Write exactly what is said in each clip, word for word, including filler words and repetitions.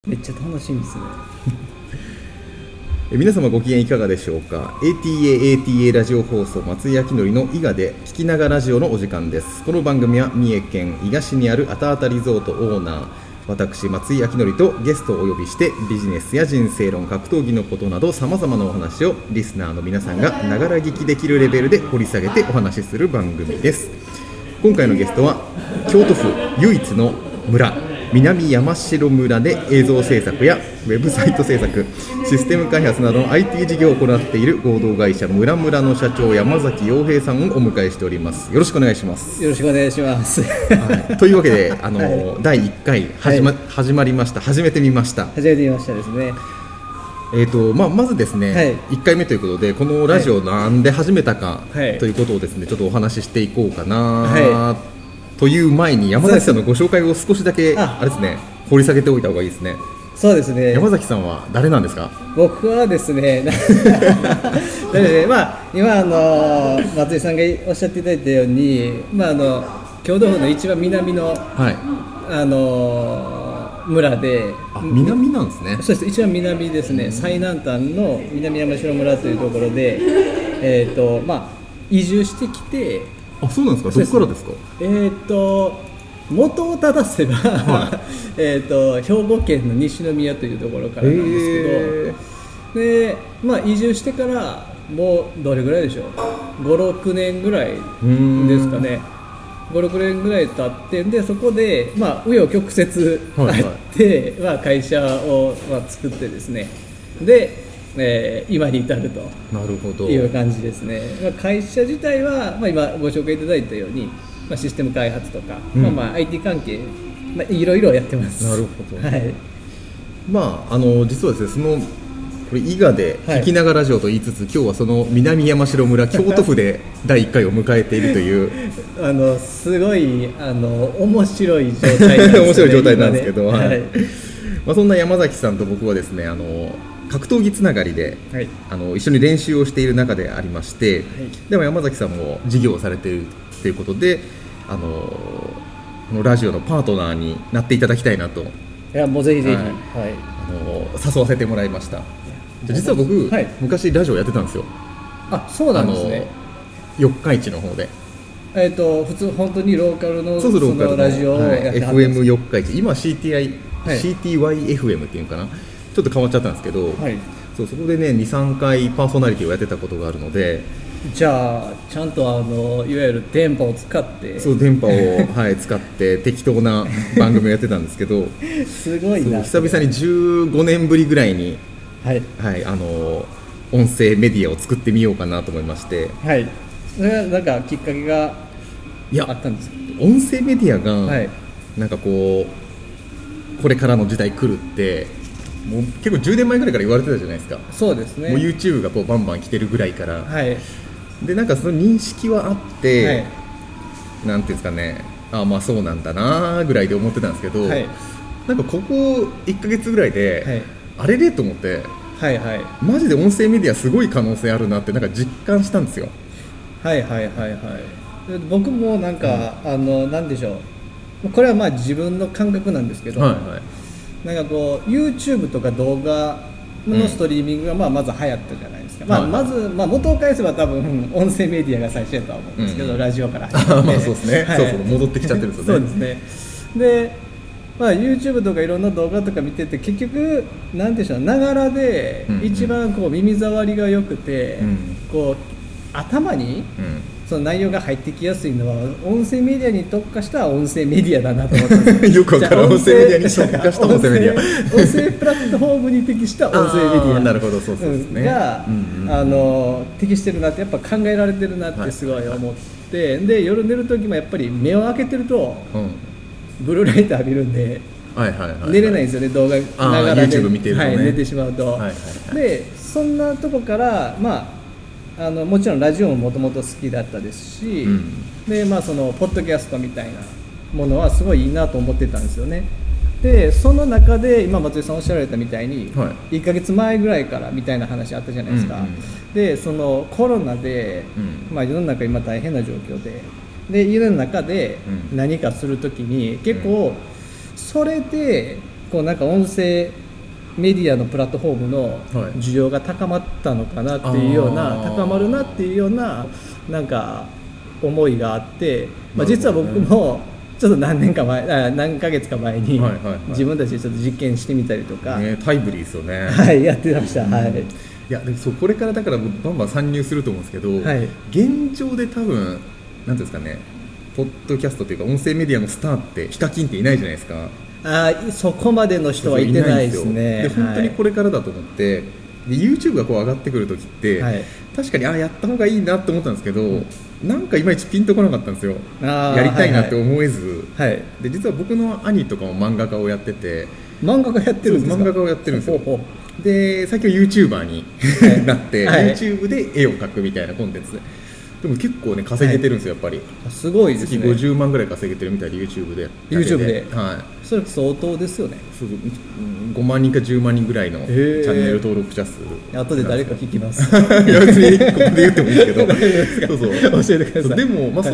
めっちゃ楽しみですねえ皆様ご機嫌いかがでしょうか。 エーティーエーエーティーエー ラジオ放送松井明則の伊賀で聞きながラジオのお時間です。この番組は三重県伊賀市にあるあたあたリゾートオーナー私松井明則とゲストをお呼びしてビジネスや人生論、格闘技のことなどさまざまなお話をリスナーの皆さんがながら聞きできるレベルで掘り下げてお話しする番組です。今回のゲストは京都府唯一の村南山城村で映像制作やウェブサイト制作、システム開発などの アイティー 事業を行っている合同会社村村の社長山崎洋平さんをお迎えしております。よろしくお願いします。 よろしくお願いします、 はい、というわけであの、はい、だいいっかい始ま、はい、始まりました。初めて見ました初めて見ましたですね。 えーとまあ、まずですね、はい、いっかいめということでこのラジオなんで始めたか、はい、ということをですねちょっとお話ししていこうかな、はい、という前に山崎さんのご紹介を少しだけあれですね掘り下げておいた方がいいですね。 そうですね。 山崎さんは誰なんですか？ 僕はですねね、まあ、今あの松井さんがおっしゃっていただいたように、まあ、あの京都府の一番南の、はい、あの村で、 あ南なんですね。 そうです、一番南ですね、最南端の南山城村というところで、えーとまあ、移住してきて。 あ、そうなんですか。どこからですか？ えーと元を正せば、はいえと兵庫県の西宮というところからなんですけど、で、まあ、移住してからもうどれぐらいでしょう、ご、ろくねんぐらいですかね。ご、ろくねんぐらい経ってでそこで、まあ、紆余曲折あって、はいはいまあ、会社を、まあ、作ってですねで、えー、今に至るとなるほどいう感じですね。まあ、会社自体は、まあ、今ご紹介いただいたようにまあ、システム開発とか、うんまあ、まあ アイティー 関係、まあ、いろいろやってます。 なるほど、 はいまあ、あの実はですねそのこれ伊賀で聞きながらラジオと言いつつ、はい、今日はその南山城村京都府でだいいっかいを迎えているというあのすごいあの面白い状態なんです、ね、 面白い状態なんですけど、はいはいまあ、そんな山崎さんと僕はですねあの格闘技つながりで、はい、あの一緒に練習をしている中でありまして、はい、でも山崎さんも事業をされているということであのこのラジオのパートナーになっていただきたいなと。 いやもうぜひぜひ、はいはい、 あの誘わせてもらいました。実は僕、はい、昔ラジオやってたんですよ。 あ、そうなんですね。 四日市の方で、 えー、と普通本当にローカルのそうそうローカルのラジオをやってはったんです、 はい、エフエム 四日市、今 シーティーアイ、はい、シーティーワイエフエム っていうのかな、ちょっと変わっちゃったんですけど、はい、そうそこでね にさんかいパーソナリティをやってたことがあるので、 じゃあちゃんとあのいわゆる電波を使ってそう電波を、はい、使って適当な番組をやってたんですけどすごいな、 久々にじゅうごねんぶりぐらいに、 はいはい、あの音声メディアを作ってみようかなと思いまして、 はい、それはなんかきっかけがあったんですか？ いや音声メディアが、はい、なんかこうこれからの時代来るってもう結構じゅうねんまえぐらいから言われてたじゃないですか。 そうですね。 もう YouTube がこうバンバン来てるぐらいから、 はい、 でなんかその認識はあって、はい、なんていうんですかね、あまあそうなんだなぐらいで思ってたんですけど、はい、なんかここいっかげつぐらいで、はい、あれれと思って、はいはい、マジで音声メディアすごい可能性あるなってなんか実感したんですよ。 はいはいはいはい。僕もなんか、うん、あのなんでしょう、これはまあ自分の感覚なんですけど、はいはい、なんかこう YouTube とか動画のストリーミングがまあまず流行ったじゃないですか、うんまあ、まず、まあ、元を返せば多分音声メディアが最初だとは思うんですけど、うん、ラジオから入ってあまあそうですね、はい、そうそう戻ってきちゃってるんですよねそうですね。で、まあ、YouTube とかいろんな動画とか見てて結局なんでしょう、ながらで一番こう耳障りが良くて、うん、こう頭に、うんその内容が入ってきやすいのは音声メディアに特化した音声メディアだなと思ったんですよ。 よくわかる音声メディアに特化した音声メディア音声プラットフォームに適した音声メディアなるほどそうそうですねが、うんうん、あの適してるなってやっぱ考えられてるなってすごい思って、はい、で夜寝る時もやっぱり目を開けてると、うん、ブルーライト浴びるんで、はいはいはいはい、寝れないんですよね、動画ながらで YouTube 見てるとね、 はい、寝てしまうと、はいはいはい、でそんなとこからまああのもちろんラジオももともと好きだったですし、うん、でまあ、そのポッドキャストみたいなものはすごいいいなと思ってたんですよね。でその中で今松井さんおっしゃられたみたいに、はい、いっかげつまえぐらいからみたいな話あったじゃないですか、うんうん、でそのコロナで、うんまあ、世の中今大変な状況でで家の中で何かするときに、うん、結構それでこうなんか音声メディアのプラットフォームの需要が高まったのかなっていうような、はい、高まるなっていうようななんか思いがあって、まあ、実は僕もちょっと何年か前何ヶ月か前に自分たちでちょっと実験してみたりとか、 ね、タイムリーですよね。 はいやってました、うん、はい。 いやでもそうこれからだからバンバン参入すると思うんですけど、はい、現状で多分なんていうんですかね、ポッドキャストというか音声メディアのスターってヒカキンっていないじゃないですか。 あそこまでの人はいてないですね。 で本当にこれからだと思って、はい、で YouTube がこう上がってくるときって、はい、確かにあやった方がいいなと思ったんですけど、うん、なんかいまいちピンとこなかったんですよ。やりたいなって思えず、はいはい、で実は僕の兄とかも漫画家をやってて、 漫画家やってるんですか。 漫画家をやってるんですよ。ほうほう。で最近は YouTuber になって、はい、YouTube で絵を描くみたいなコンテンツででも結構ね稼げてるんですよ、はい、やっぱりすごいですね。 月ごじゅうまんぐらい稼げてるみたいで YouTube で YouTube で、 はい、 それ相当ですよね。 そうそうごまんにんかじゅうまんにんぐらいのチャンネル登録者数。 後で誰か聞きますいや別にここで言ってもいいですけどそうそう教えてください。 でも、まあ、そう、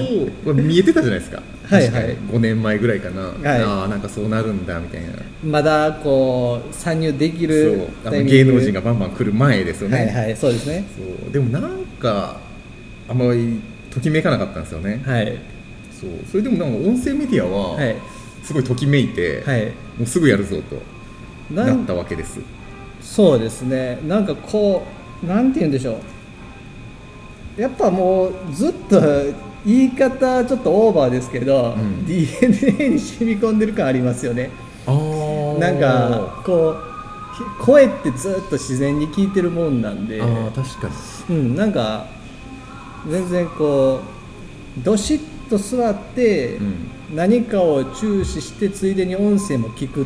はい、見えてたじゃないですか。 はいはい、 ごねんまえぐらいかな、 はい、 ああなんかそうなるんだみたいな。 まだこう参入できるそうあの芸能人がバンバン来る前ですよね。 はいはいそうですね。 そうでもなんかあんまりときめかなかったんですよね。 はい。 そうそれでもなんか音声メディアはすごいときめいて、はい、もうすぐやるぞとなったわけです。 そうですね。なんかこうなんて言うんでしょう。やっぱもうずっと言い方ちょっとオーバーですけど、うん、ディーエヌエー に染み込んでる感ありますよね。あなんかこう声ってずっと自然に聞いてるもんなんで。 あ確かに。うんなんか全然こうどしっと座って何かを注視してついでに音声も聞くって、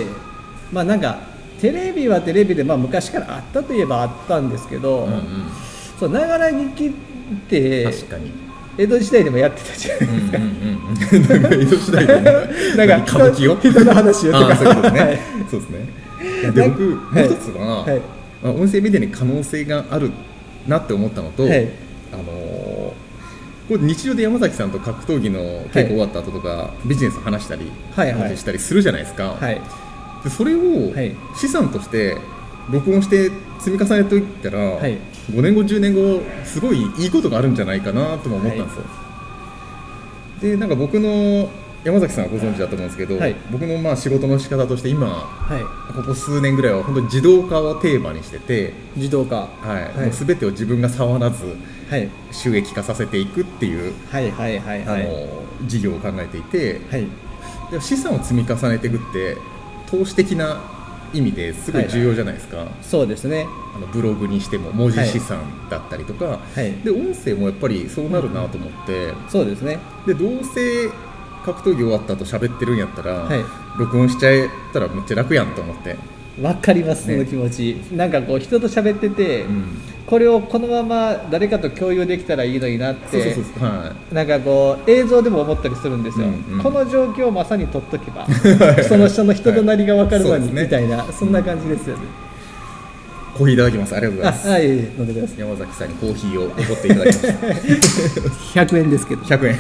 まあなんかテレビはテレビでまあ昔からあったといえばあったんですけど、うんうん、そうながら聞きって確かに江戸時代でもやってたじゃないですか。うんうんうん、江戸時代でもなんか歌舞伎を人の話をとかそうですね。はい、そうですね。で僕もう一つは、はい、音声メディアに可能性があるなって思ったのと、はい、あのー、これ日常で山崎さんと格闘技の稽古終わった後とか、はい、ビジネス話したり、はいはい、したりするじゃないですか。はい、でそれを資産として録音して積み重ねておいたら、はい、ごねんごじゅうねんごすごいいいことがあるんじゃないかなとも思ったんですよ。はい、でなんか僕の山崎さんはご存知だと思うんですけど、はい、僕のまあ仕事の仕方として今、はい、ここ数年ぐらいは本当に自動化をテーマにしてて、 自動化、 はいはい、もう全てを自分が触らず、はい、収益化させていくっていう事業を考えていて、はい、で資産を積み重ねていくって投資的な意味ですごい重要じゃないですか。はいはい、そうですね。あのブログにしても文字資産だったりとか、はい、で音声もやっぱりそうなるなと思って、うん、そうですね。でどうせ格闘技終わった後喋ってるんやったら、はい、録音しちゃえたらめっちゃ楽やんと思って。 わかります、ね、その気持ち。なんかこう人と喋ってて、うん、これをこのまま誰かと共有できたらいいのになって、そうそうそう、はい、なんかこう映像でも思ったりするんですよ。うんうん、この状況をまさに撮っとけばその人の人となりが分かるのに、はい、みたいな、そんな感じですよね。 コーヒーいただきます。ありがとうございます。 あ、はい、飲んでください。 山崎さんにコーヒーをおごっていただきましたひゃくえんですけど。 ひゃくえん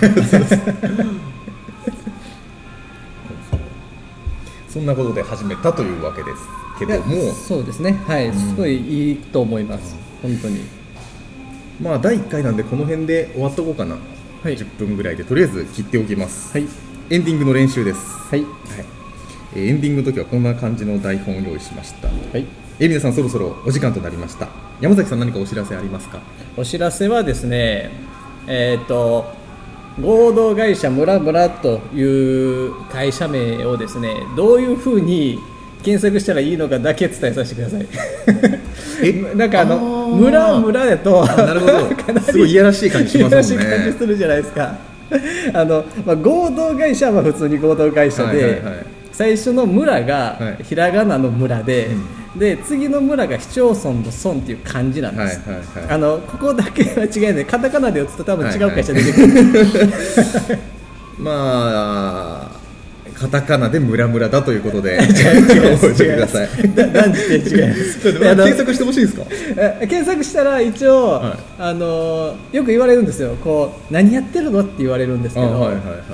そんなことで始めたというわけですけども、 そうですね、はい、うん、すごいいいと思います、うん、本当に。 まあだいいっかいなんでこの辺で終わっとこうかな、はい、じゅっぷんぐらいでとりあえず切っておきます、はい、エンディングの練習です、はいはい、えー、エンディングの時はこんな感じの台本を用意しました、はい、えー、皆さんそろそろお時間となりました。山崎さん何かお知らせありますか？ お知らせはですね、えーと合同会社ムラムラという会社名をですね、どういうふうに検索したらいいのかだけ伝えさせてくださいえなんかあのあムラムラだとなるほどすごいいやらしい感じしますもんね。 いやらしい感じするじゃないですかあの、まあ、合同会社は普通に合同会社で、はいはいはい、最初の村がひらがなの村で、はい、で次の村が市町村の村っていう漢字なんです、はいはいはい、あのここだけは違いね。カタカナで打つと多分違う会社出てくる、はいはい、まあカタカナでムラムラだということで覚えてください。 断じて違います検索してほしいんですか？ 検索したら一応、はい、あのよく言われるんですよ。こう何やってるのって言われるんですけど、はいはいはい、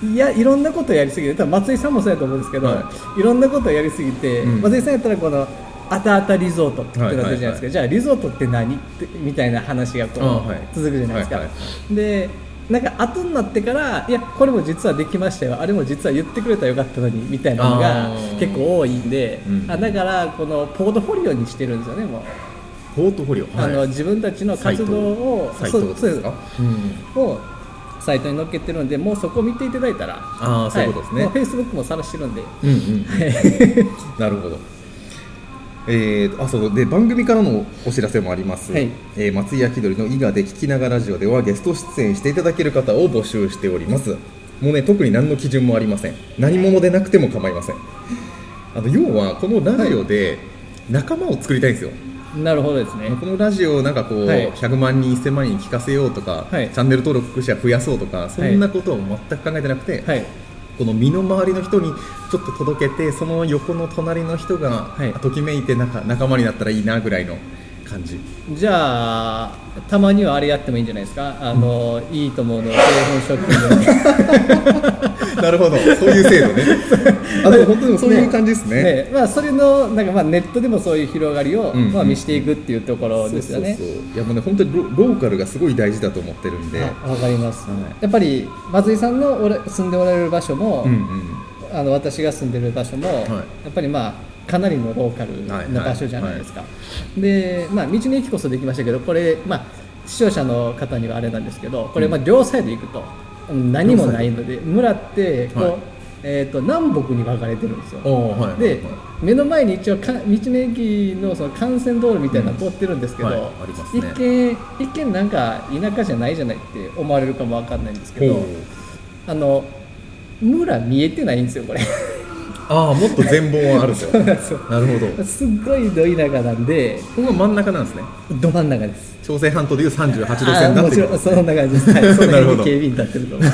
いやいろんなことをやりすぎて、多分松井さんもそうやと思うんですけど、はい、いろんなことをやりすぎて、うん、松井さんやったらこのあたあたリゾートってなってるじゃないですか、はいはいはい、じゃあリゾートって何ってみたいな話がこう、はい、続くじゃないですか、はいはいはい、でなんか後になってからいやこれも実はできましたよ、あれも実は言ってくれたらよかったのにみたいなのが結構多いんで、うん、あだからこのポートフォリオにしてるんですよね。もうポートフォリオ、 あの、はい、自分たちの活動をサイトですか、 うん、をサイトに載っけてるんで、もうそこを見ていただいたら、 あ、そういうことですね、 はい、もう Facebook も晒してるんで、 うんうん、なるほど。えー、あそうで番組からのお知らせもあります、はい、えー、松井明典の伊賀で聞きながらラジオではゲスト出演していただける方を募集しております。もうね特に何の基準もありません。何者でなくても構いません。あの要はこのラジオで仲間を作りたいんですよ。 なるほどですね。 このラジオをなんかこう、はい、ひゃくまんにんせんまんにん聞かせようとか、はい、チャンネル登録者増やそうとかそんなことを全く考えてなくて、はい、この身の回りの人にちょっと届けて、その横の隣の人がときめいて仲仲間になったらいいなぐらいの感じ。じゃあたまにはあれやってもいいんじゃないですか、あの、うん、いいと思うの製粉ショッピングなるほど、そういう制度ねあでも本当にそういう感じですね。 ねね、まあ、それのなんかまあネットでもそういう広がりを、うんうん、まあ、見していくっていうところですよね。 そうそうそう、いやもうね本当に ロ, ローカルがすごい大事だと思ってるんで。わかります、はい、やっぱり松井さんのおれ住んでおられる場所も、うんうん、あの私が住んでる場所も、はい、やっぱりまあかなりのローカルな場所じゃないですか、はいはいはい、で、まあ、道の駅こそできましたけど、これ、まあ、視聴者の方にはあれなんですけど、これ、まあ、両サイド行くと何もないので、村ってこう、はい、えー、と南北に分かれてるんですよ、はい、で、はい、目の前に一応か道の駅 の, その幹線道路みたいなの通ってるんですけど、うん、はい、ありますね、一見一見なんか田舎じゃないじゃないって思われるかも分かんないんですけど、あの村見えてないんですよこれああ、もっと全貌はあるんですよなるほど、 すっごいど田舎なんで、 ここが真ん中なんですね。 ど真ん中です。 朝鮮半島でいうさんじゅうはちど線だっていうことですね。 そんな感じです、はい、その辺に警備員立ってると思う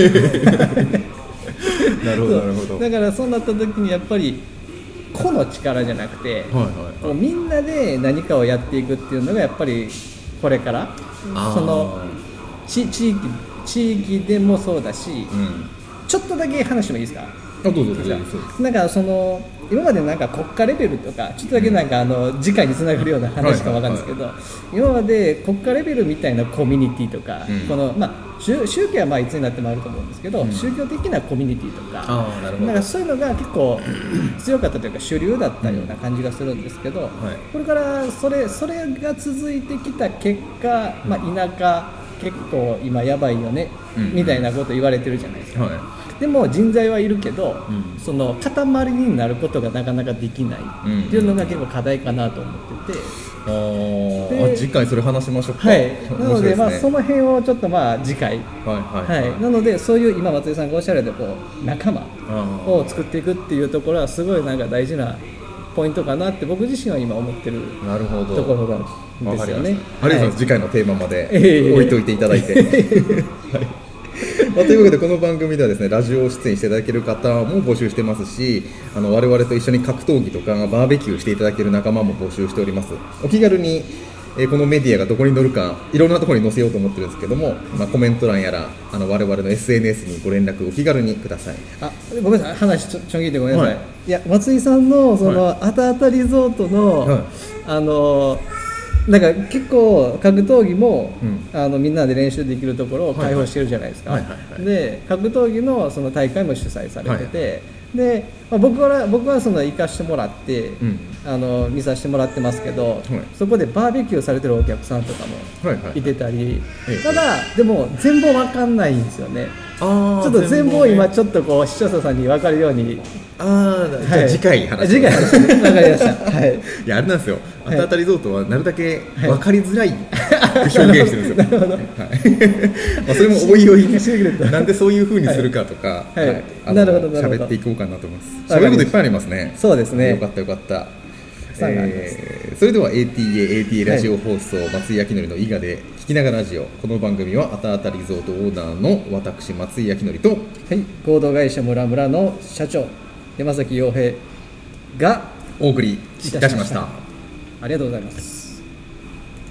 なるほどなるほど。 だからそうなった時にやっぱり個の力じゃなくて、はいはいはい、みんなで何かをやっていくっていうのがやっぱりこれからその地域地域でもそうだし、うん、ちょっとだけ話してもいいですか。 あ、どうぞどうぞ。 なんかその今までなんか国家レベルとかちょっとだけなんかあの次回につながるような話かわかるんですけど、はいはいはい、今まで国家レベルみたいなコミュニティとか、うん、このまあ宗教はまあいつになってもあると思うんですけど、うん、宗教的なコミュニティとか、あ、なるほど、なんかそういうのが結構強かったというか主流だったような感じがするんですけど、うん、はい、これからそれそれが続いてきた結果、まあ、田舎結構今やばいよね、うん、みたいなこと言われてるじゃないですか、はい、でも人材はいるけど、うん、その塊になることがなかなかできないっていうのが結構課題かなと思ってて、 うん、ああ、次回それ話しましょうか。 はい、なので、ね、まあ、その辺をちょっとまあ次回、はいはいはいはい、なのでそういう今松井さんがおっしゃられたこう仲間を作っていくっていうところはすごいなんか大事なポイントかなって僕自身は今思ってるところなんですよね。 ありがとうございます、はい、次回のテーマまで置いといていただいて、えーはい、まあ、というわけでこの番組ではですね、ラジオ出演していただける方も募集してますし、あの我々と一緒に格闘技とかバーベキューしていただける仲間も募集しております。お気軽に、えー、このメディアがどこに載るかいろんなところに載せようと思ってるんですけども、まあ、コメント欄やらあの我々の エスエヌエス にご連絡お気軽にください。 あ、ごめんなさい、話ちょちょん聞いてごめんなさい、はい、いや松井さんのその、はい、あたあたリゾートの、はい、あのなんか結構格闘技も、うん、あのみんなで練習できるところを開放してるじゃないですか、はいはいはいはい、で格闘技 の, その大会も主催されてて、はいはい、でまあ、僕は僕はその行かしてもらって、うん、あの見させてもらってますけど、はい、そこでバーベキューされてるお客さんとかもいてたり、はいはいはい、ただでも全貌わかんないんですよね。あ、ちょっと全貌を今ちょっとこう視聴者さんに分かるように、 あ、じゃあ次回話します。 次回話します。分かりました、はい、いやあれなんですよ、あたあたリゾートはなるだけ分かりづらい、はい、表現してるんですよなるほど、はい、まあそれもおいおいなんでそういう風にするかとか、はいはい、あの喋っていこうかなと思います。そういうこといっぱいありますね。 そうですね、 よかったよかった、えー、それでは エーティーエー エーティーエー ラジオ放送、はい、松井明典の伊賀で聞きながらラジオ。この番組はあたあたリゾートオーナーの私松井明典と、はい、 合同会社村村の社長山崎洋平がお送りいたしました。 ありがとうございます。